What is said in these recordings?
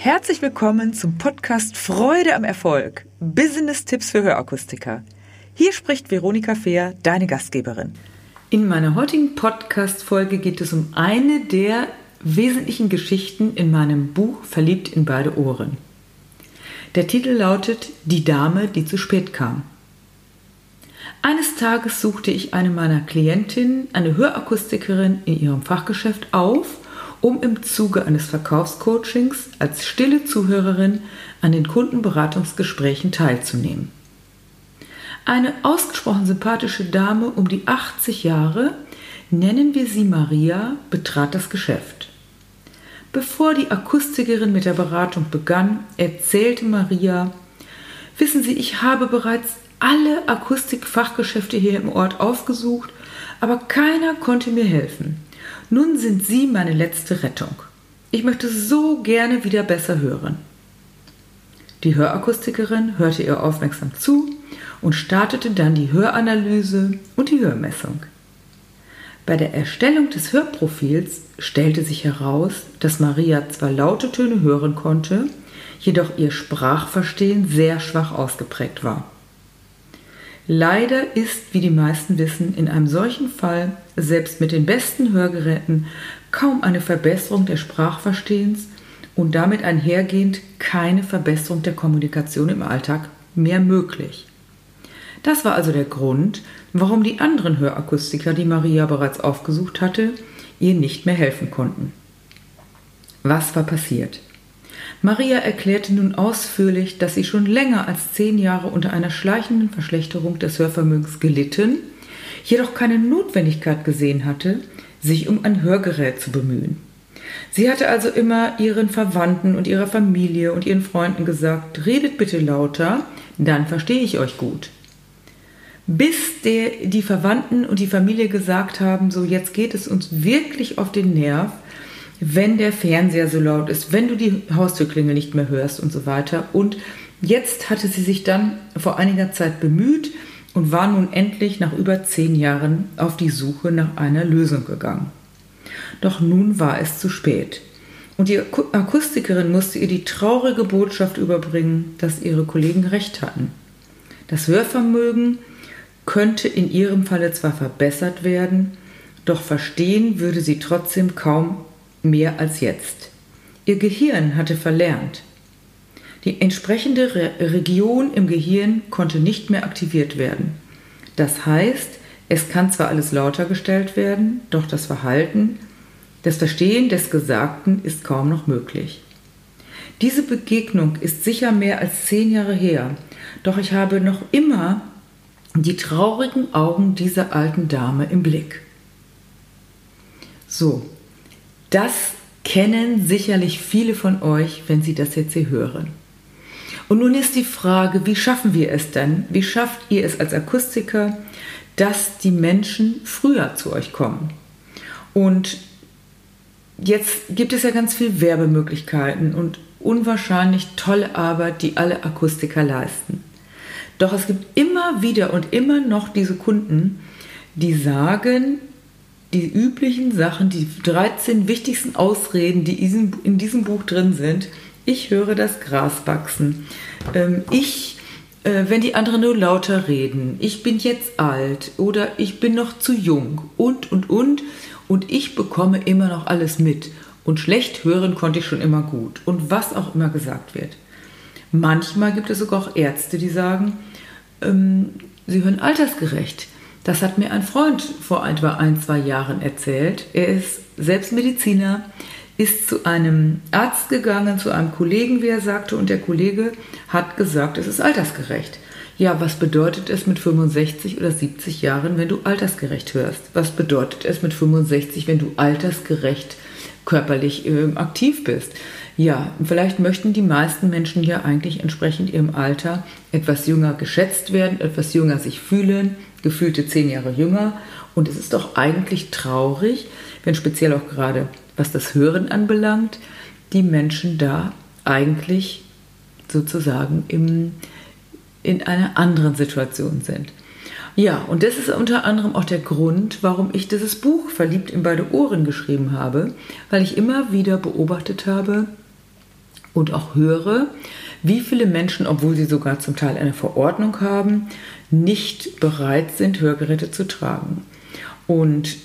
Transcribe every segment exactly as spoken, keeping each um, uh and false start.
Herzlich willkommen zum Podcast Freude am Erfolg. Business-Tipps für Hörakustiker. Hier spricht Veronika Fehr, deine Gastgeberin. In meiner heutigen Podcast-Folge geht es um eine der wesentlichen Geschichten in meinem Buch Verliebt in beide Ohren. Der Titel lautet Die Dame, die zu spät kam. Eines Tages suchte ich eine meiner Klientinnen, eine Hörakustikerin, in ihrem Fachgeschäft auf, um im Zuge eines Verkaufscoachings als stille Zuhörerin an den Kundenberatungsgesprächen teilzunehmen. Eine ausgesprochen sympathische Dame um die achtzig Jahre, nennen wir sie Maria, betrat das Geschäft. Bevor die Akustikerin mit der Beratung begann, erzählte Maria: Wissen Sie, ich habe bereits alle Akustikfachgeschäfte hier im Ort aufgesucht, aber keiner konnte mir helfen. Nun sind Sie meine letzte Rettung. Ich möchte so gerne wieder besser hören. Die Hörakustikerin hörte ihr aufmerksam zu und startete dann die Höranalyse und die Hörmessung. Bei der Erstellung des Hörprofils stellte sich heraus, dass Maria zwar laute Töne hören konnte, jedoch ihr Sprachverstehen sehr schwach ausgeprägt war. Leider ist, wie die meisten wissen, in einem solchen Fall, selbst mit den besten Hörgeräten, kaum eine Verbesserung des Sprachverstehens und damit einhergehend keine Verbesserung der Kommunikation im Alltag mehr möglich. Das war also der Grund, warum die anderen Hörakustiker, die Maria bereits aufgesucht hatte, ihr nicht mehr helfen konnten. Was war passiert? Maria erklärte nun ausführlich, dass sie schon länger als zehn Jahre unter einer schleichenden Verschlechterung des Hörvermögens gelitten, jedoch keine Notwendigkeit gesehen hatte, sich um ein Hörgerät zu bemühen. Sie hatte also immer ihren Verwandten und ihrer Familie und ihren Freunden gesagt: Redet bitte lauter, dann verstehe ich euch gut. Bis der, die Verwandten und die Familie gesagt haben: So, jetzt geht es uns wirklich auf den Nerv, wenn der Fernseher so laut ist, wenn du die Haustürklingel nicht mehr hörst und so weiter. Und jetzt hatte sie sich dann vor einiger Zeit bemüht und war nun endlich nach über zehn Jahren auf die Suche nach einer Lösung gegangen. Doch nun war es zu spät. Und die Akustikerin musste ihr die traurige Botschaft überbringen, dass ihre Kollegen recht hatten. Das Hörvermögen könnte in ihrem Falle zwar verbessert werden, doch verstehen würde sie trotzdem kaum mehr als jetzt. Ihr Gehirn hatte verlernt. Die entsprechende Re- Region im Gehirn konnte nicht mehr aktiviert werden. Das heißt, es kann zwar alles lauter gestellt werden, doch das Verhalten, das Verstehen des Gesagten ist kaum noch möglich. Diese Begegnung ist sicher mehr als zehn Jahre her, doch ich habe noch immer die traurigen Augen dieser alten Dame im Blick. So. Das kennen sicherlich viele von euch, wenn sie das jetzt hier hören. Und nun ist die Frage, wie schaffen wir es denn? Wie schafft ihr es als Akustiker, dass die Menschen früher zu euch kommen? Und jetzt gibt es ja ganz viele Werbemöglichkeiten und unwahrscheinlich tolle Arbeit, die alle Akustiker leisten. Doch es gibt immer wieder und immer noch diese Kunden, die sagen, die üblichen Sachen, die dreizehn wichtigsten Ausreden, die in diesem Buch drin sind. Ich höre das Gras wachsen. Ich, wenn die anderen nur lauter reden. Ich bin jetzt alt oder ich bin noch zu jung und, und, und. Und ich bekomme immer noch alles mit. Und schlecht hören konnte ich schon immer gut. Und was auch immer gesagt wird. Manchmal gibt es sogar auch Ärzte, die sagen, ähm, sie hören altersgerecht. Das hat mir ein Freund vor etwa ein, zwei Jahren erzählt. Er ist selbst Mediziner, ist zu einem Arzt gegangen, zu einem Kollegen, wie er sagte, und der Kollege hat gesagt, es ist altersgerecht. Ja, was bedeutet es mit fünfundsechzig oder siebzig Jahren, wenn du altersgerecht hörst? Was bedeutet es mit fünfundsechzig, wenn du altersgerecht körperlich äh, aktiv bist? Ja, vielleicht möchten die meisten Menschen ja eigentlich entsprechend ihrem Alter etwas jünger geschätzt werden, etwas jünger sich fühlen, gefühlte zehn Jahre jünger. Und es ist doch eigentlich traurig, wenn speziell auch gerade, was das Hören anbelangt, die Menschen da eigentlich sozusagen im, in einer anderen Situation sind. Ja, und das ist unter anderem auch der Grund, warum ich dieses Buch Verliebt in beide Ohren geschrieben habe, weil ich immer wieder beobachtet habe, und auch höre, wie viele Menschen, obwohl sie sogar zum Teil eine Verordnung haben, nicht bereit sind, Hörgeräte zu tragen. Und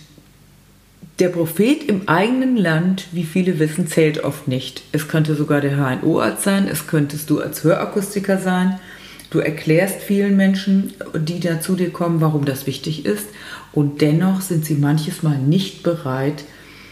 der Prophet im eigenen Land, wie viele wissen, zählt oft nicht. Es könnte sogar der H N O-Arzt sein, es könntest du als Hörakustiker sein. Du erklärst vielen Menschen, die da zu dir kommen, warum das wichtig ist. Und dennoch sind sie manches Mal nicht bereit,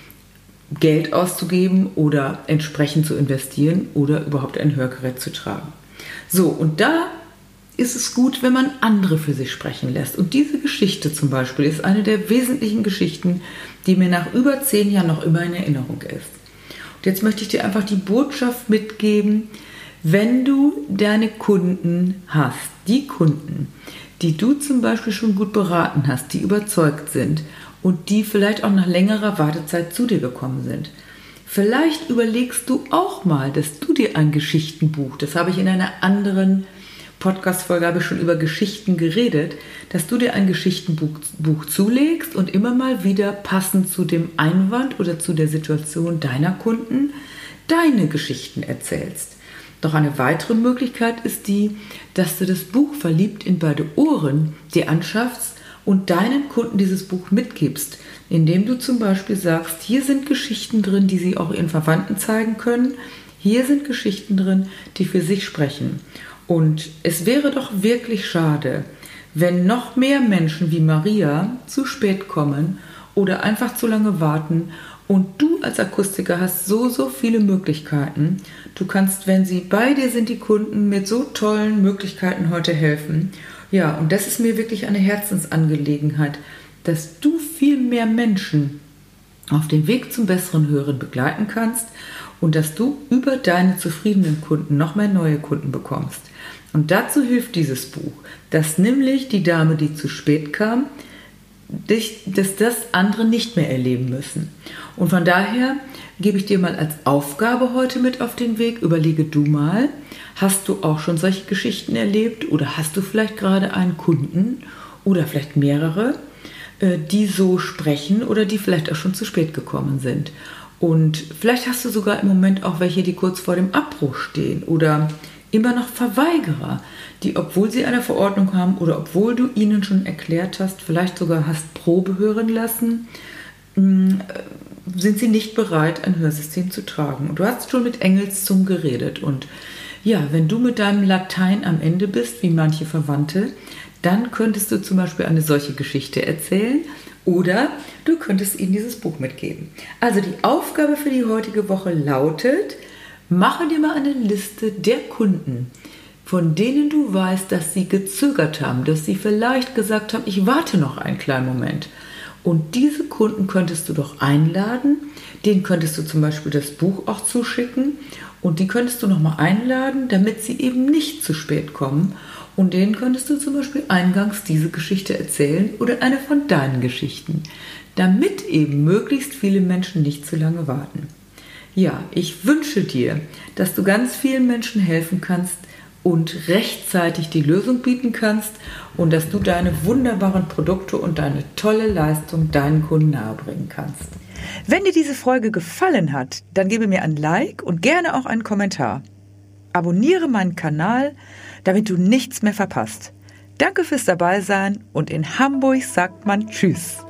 Geld auszugeben oder entsprechend zu investieren oder überhaupt ein Hörgerät zu tragen. So, und da ist es gut, wenn man andere für sich sprechen lässt. Und diese Geschichte zum Beispiel ist eine der wesentlichen Geschichten, die mir nach über zehn Jahren noch immer in Erinnerung ist. Und jetzt möchte ich dir einfach die Botschaft mitgeben, wenn du deine Kunden hast, die Kunden, die du zum Beispiel schon gut beraten hast, die überzeugt sind und die vielleicht auch nach längerer Wartezeit zu dir gekommen sind. Vielleicht überlegst du auch mal, dass du dir ein Geschichtenbuch, das habe ich in einer anderen Podcast-Folge habe ich schon über Geschichten geredet, dass du dir ein Geschichtenbuch Buch zulegst und immer mal wieder passend zu dem Einwand oder zu der Situation deiner Kunden deine Geschichten erzählst. Doch eine weitere Möglichkeit ist die, dass du das Buch Verliebt in beide Ohren dir anschaffst und deinen Kunden dieses Buch mitgibst, indem du zum Beispiel sagst, hier sind Geschichten drin, die sie auch ihren Verwandten zeigen können, hier sind Geschichten drin, die für sich sprechen. Und es wäre doch wirklich schade, wenn noch mehr Menschen wie Maria zu spät kommen oder einfach zu lange warten. Und du als Akustiker hast so, so viele Möglichkeiten. Du kannst, wenn sie bei dir sind, die Kunden mit so tollen Möglichkeiten heute helfen. Ja, und das ist mir wirklich eine Herzensangelegenheit, dass du viel mehr Menschen auf dem Weg zum besseren Hören begleiten kannst und dass du über deine zufriedenen Kunden noch mehr neue Kunden bekommst. Und dazu hilft dieses Buch, dass nämlich die Dame, die zu spät kam, dass das andere nicht mehr erleben müssen. Und von daher gebe ich dir mal als Aufgabe heute mit auf den Weg, überlege du mal, hast du auch schon solche Geschichten erlebt oder hast du vielleicht gerade einen Kunden oder vielleicht mehrere, die so sprechen oder die vielleicht auch schon zu spät gekommen sind. Und vielleicht hast du sogar im Moment auch welche, die kurz vor dem Abbruch stehen oder immer noch Verweigerer, die, obwohl sie eine Verordnung haben oder obwohl du ihnen schon erklärt hast, vielleicht sogar hast Probe hören lassen, sind sie nicht bereit, ein Hörsystem zu tragen. Und du hast schon mit Engelszungen geredet. Und ja, wenn du mit deinem Latein am Ende bist, wie manche Verwandte, dann könntest du zum Beispiel eine solche Geschichte erzählen oder du könntest ihnen dieses Buch mitgeben. Also die Aufgabe für die heutige Woche lautet, mache dir mal eine Liste der Kunden, von denen du weißt, dass sie gezögert haben, dass sie vielleicht gesagt haben, ich warte noch einen kleinen Moment. Und diese Kunden könntest du doch einladen, denen könntest du zum Beispiel das Buch auch zuschicken und die könntest du nochmal einladen, damit sie eben nicht zu spät kommen. Und denen könntest du zum Beispiel eingangs diese Geschichte erzählen oder eine von deinen Geschichten, damit eben möglichst viele Menschen nicht zu lange warten. Ja, ich wünsche dir, dass du ganz vielen Menschen helfen kannst und rechtzeitig die Lösung bieten kannst und dass du deine wunderbaren Produkte und deine tolle Leistung deinen Kunden nahebringen kannst. Wenn dir diese Folge gefallen hat, dann gebe mir ein Like und gerne auch einen Kommentar. Abonniere meinen Kanal, damit du nichts mehr verpasst. Danke fürs Dabeisein und in Hamburg sagt man Tschüss.